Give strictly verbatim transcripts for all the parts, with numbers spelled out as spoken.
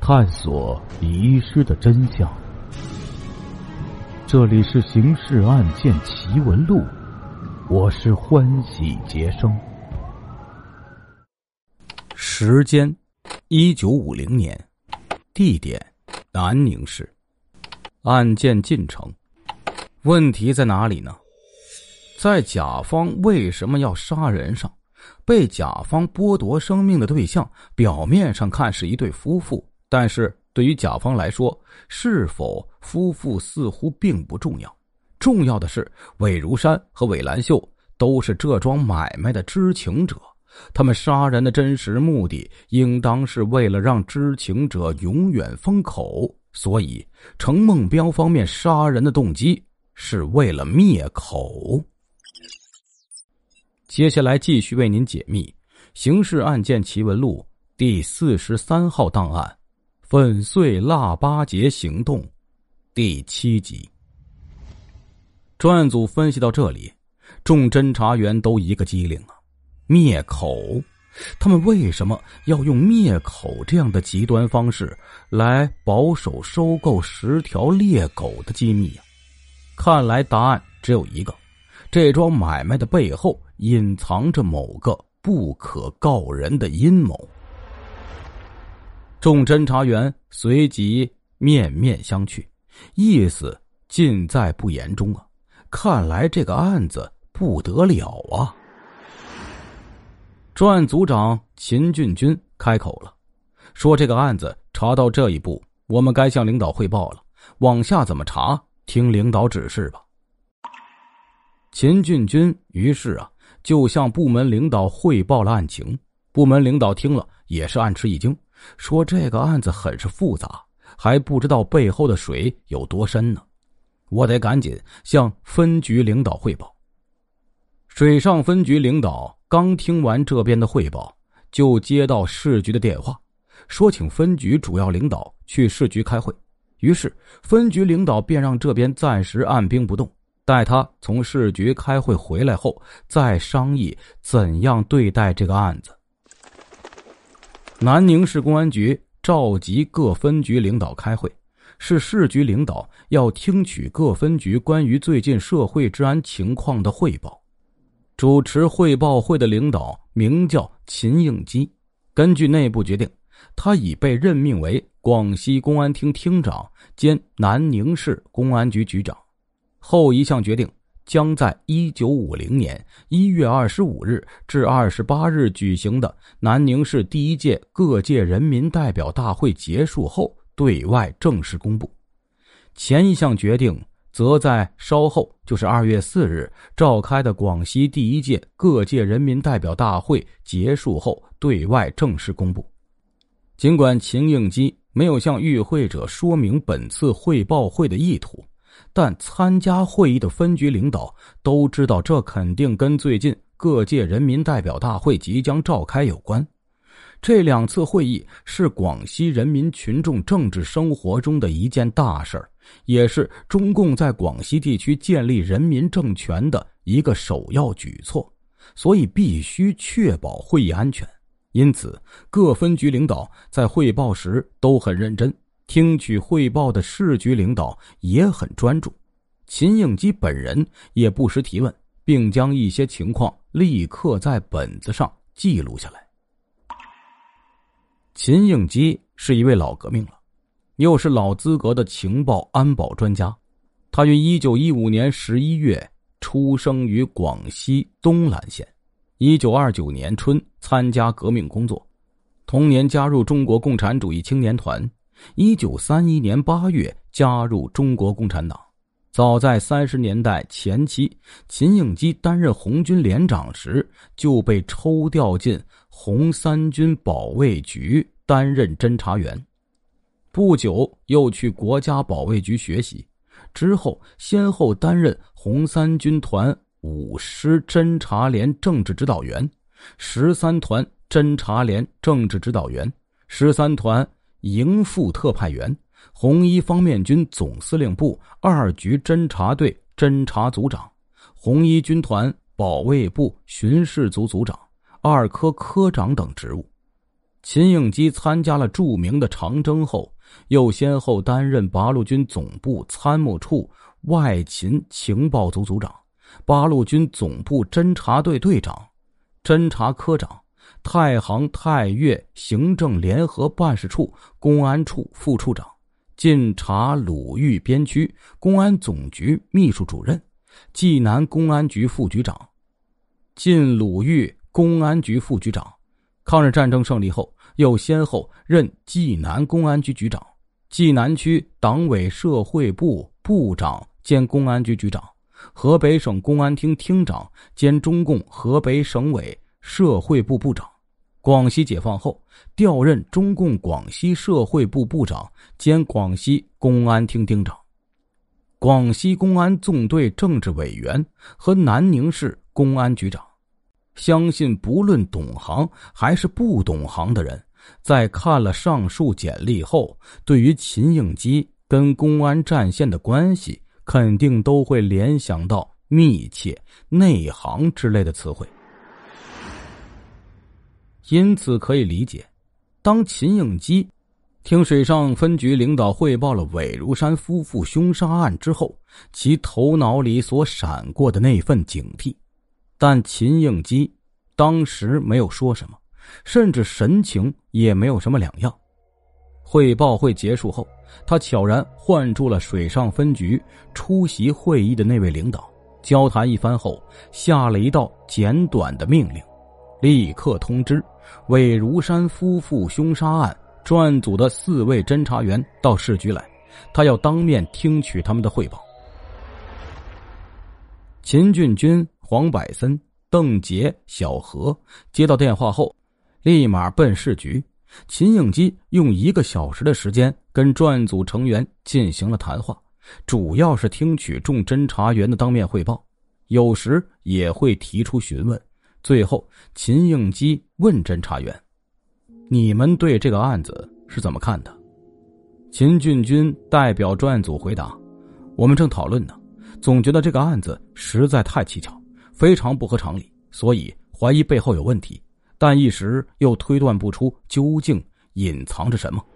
探索遗失的真相。这里是刑事案件奇闻录，我是欢喜杰生。 时间一九五零年，地点南宁市，案件进程。问题在哪里呢？在甲方为什么要杀人上，被甲方剥夺生命的对象表面上看是一对夫妇，但是对于甲方来说，是否夫妇似乎并不重要。重要的是韦如山和韦兰秀都是这桩买卖的知情者，他们杀人的真实目的应当是为了让知情者永远封口，所以程梦彪方面杀人的动机是为了灭口。接下来继续为您解密刑事案件奇闻录第四十三号档案，粉碎腊八节行动第七集。专案组分析到这里，众侦查员都一个机灵啊！灭口，他们为什么要用灭口这样的极端方式来保守收购十条猎狗的机密啊？看来答案只有一个，这桩买卖的背后隐藏着某个不可告人的阴谋。众侦查员随即面面相觑，意思尽在不言中啊！看来这个案子不得了啊！专案组长秦俊军开口了，说这个案子查到这一步，我们该向领导汇报了，往下怎么查，听领导指示吧。秦俊军于是啊，就向部门领导汇报了案情。部门领导听了也是暗吃一惊，说这个案子很是复杂，还不知道背后的水有多深呢。我得赶紧向分局领导汇报。水上分局领导刚听完这边的汇报，就接到市局的电话，说请分局主要领导去市局开会。于是分局领导便让这边暂时按兵不动，待他从市局开会回来后再商议怎样对待这个案子。南宁市公安局召集各分局领导开会，是市局领导要听取各分局关于最近社会治安情况的汇报。主持汇报会的领导名叫秦应基，根据内部决定，他已被任命为广西公安厅厅长兼南宁市公安局局长。后一项决定将在一九五零年一月二十五日至二十八日举行的南宁市第一届各界人民代表大会结束后对外正式公布。前一项决定则在稍后，就是二月四日召开的广西第一届各界人民代表大会结束后对外正式公布。尽管秦应基没有向与会者说明本次汇报会的意图，但参加会议的分局领导都知道这肯定跟最近各界人民代表大会即将召开有关。这两次会议是广西人民群众政治生活中的一件大事儿，也是中共在广西地区建立人民政权的一个首要举措，所以必须确保会议安全。因此各分局领导在汇报时都很认真，听取汇报的市局领导也很专注。秦应基本人也不时提问，并将一些情况立刻在本子上记录下来。秦应基是一位老革命了，又是老资格的情报安保专家。他于一九一五年十一月出生于广西东兰县，一九二九年春参加革命工作，同年加入中国共产主义青年团，一九三一年八月加入中国共产党。早在三十年代前期，秦应基担任红军连长时就被抽调进红三军保卫局担任侦查员，不久又去国家保卫局学习，之后先后担任红三军团五师侦察连政治指导员、十三团侦察连政治指导员、十三团营副特派员、红一方面军总司令部二局侦察队侦察组长、红一军团保卫部巡视组组长、二科科长等职务。 秦应基参加了著名的长征后，又先后担任八路军总部参谋处外勤情报组组长、八路军总部侦察队队长、侦察科长、太行太岳行政联合办事处公安处副处长、晋察鲁豫边区公安总局秘书主任、济南公安局副局长、晋鲁豫公安局副局长。抗日战争胜利后，又先后任济南公安局局长、济南区党委社会部部长兼公安局局长、河北省公安厅厅长兼中共河北省委社会部部长。广西解放后，调任中共广西社会部部长兼广西公安厅厅长、广西公安纵队政治委员和南宁市公安局长。相信不论懂行还是不懂行的人，在看了上述简历后，对于秦应基跟公安战线的关系肯定都会联想到密切、内行之类的词汇。因此可以理解，当秦应基听水上分局领导汇报了韦如山夫妇凶杀案之后，其头脑里所闪过的那份警惕。但秦应基当时没有说什么，甚至神情也没有什么两样。汇报会结束后，他悄然唤住了水上分局出席会议的那位领导，交谈一番后，下了一道简短的命令：立刻通知韦如山夫妇凶杀案专案组的四位侦查员到市局来，他要当面听取他们的汇报。秦俊军、黄百森、邓杰、小何接到电话后，立马奔市局。秦应基用一个小时的时间跟专案组成员进行了谈话，主要是听取众侦查员的当面汇报，有时也会提出询问。最后，秦应基问侦查员：“你们对这个案子是怎么看的？”秦俊军代表专案组回答：“我们正讨论呢，总觉得这个案子实在太蹊跷，非常不合常理，所以怀疑背后有问题，但一时又推断不出究竟隐藏着什么。”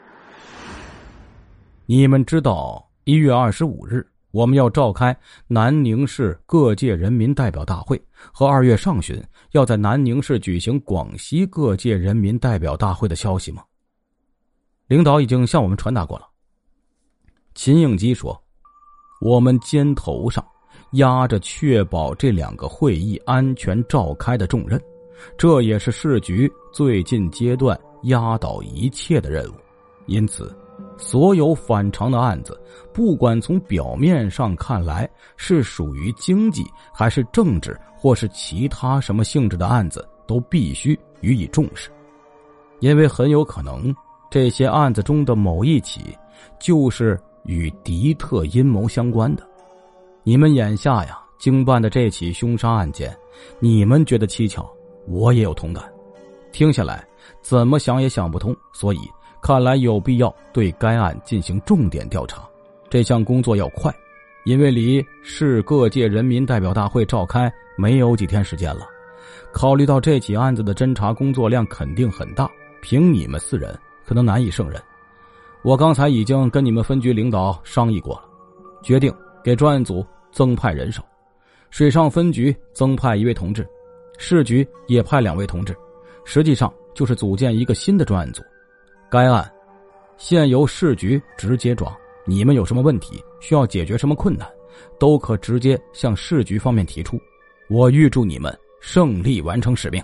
你们知道一月二十五日我们要召开南宁市各界人民代表大会，和二月上旬要在南宁市举行广西各界人民代表大会的消息吗？领导已经向我们传达过了。秦应基说：“我们肩头上压着确保这两个会议安全召开的重任，这也是市局最近阶段压倒一切的任务。因此，所有反常的案子，不管从表面上看来是属于经济还是政治或是其他什么性质的案子，都必须予以重视，因为很有可能这些案子中的某一起就是与敌特阴谋相关的。你们眼下呀经办的这起凶杀案件，你们觉得蹊跷，我也有同感，听下来怎么想也想不通，所以看来有必要对该案进行重点调查。这项工作要快，因为离市各界人民代表大会召开没有几天时间了。考虑到这起案子的侦查工作量肯定很大，凭你们四人可能难以胜任。我刚才已经跟你们分局领导商议过了，决定给专案组增派人手，水上分局增派一位同志，市局也派两位同志，实际上就是组建一个新的专案组。该案现由市局直接抓，你们有什么问题，需要解决什么困难，都可直接向市局方面提出。我预祝你们胜利完成使命。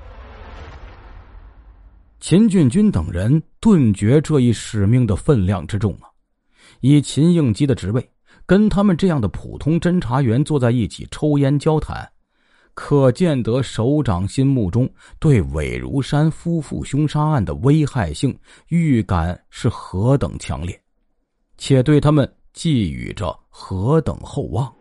秦俊军等人顿觉这一使命的分量之重啊！以秦应基的职位，跟他们这样的普通侦查员坐在一起抽烟交谈，可见得首长心目中对韦如山夫妇凶杀案的危害性预感是何等强烈，且对他们寄予着何等厚望。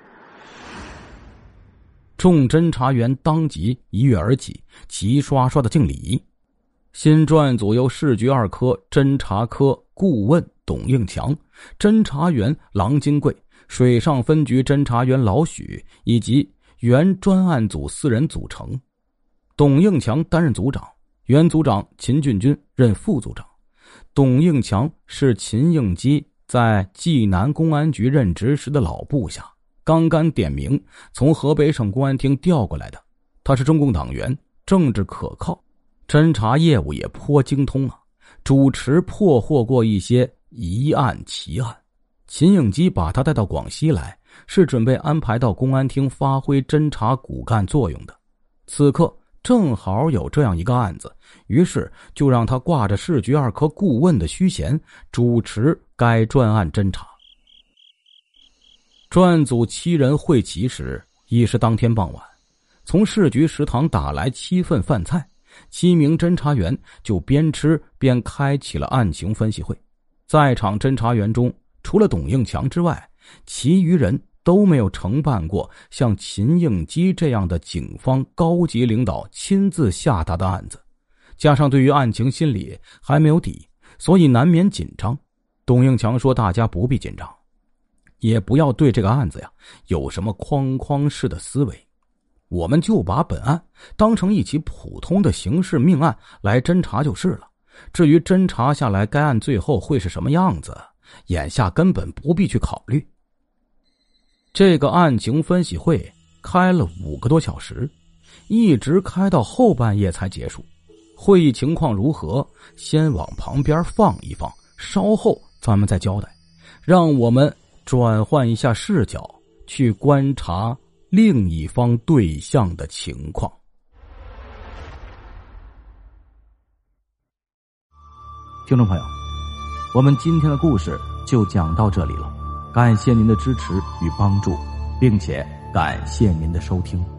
众侦查员当即一跃而起，齐刷刷的敬礼。新专案组由市局二科侦查科顾问董应强、侦查员郎金贵、水上分局侦查员老许以及原专案组四人组成。董应强担任组长， 原组长秦俊军任副组长，董应强是秦应基在济南公安局任职时的老部下，刚刚点名从河北省公安厅调过来的。他是中共党员，政治可靠，侦查业务也颇精通啊，主持破获过一些疑案奇案。秦应基把他带到广西来，是准备安排到公安厅发挥侦查骨干作用的。此刻正好有这样一个案子，于是就让他挂着市局二科顾问的虚衔，主持该专案侦查。专案组七人会齐时，已是当天傍晚。从市局食堂打来七份饭菜，七名侦查员就边吃边开启了案情分析会。在场侦查员中，除了董应强之外，其余人都没有承办过像秦应基这样的警方高级领导亲自下达的案子，加上对于案情心里还没有底，所以难免紧张。董应强说，大家不必紧张，也不要对这个案子呀有什么框框式的思维，我们就把本案当成一起普通的刑事命案来侦查就是了。至于侦查下来该案最后会是什么样子，眼下根本不必去考虑。这个案情分析会开了五个多小时，一直开到后半夜才结束。会议情况如何，先往旁边放一放，稍后咱们再交代。让我们转换一下视角，去观察另一方对象的情况。 听众朋友，我们今天的故事就讲到这里了，感谢您的支持与帮助，并且感谢您的收听。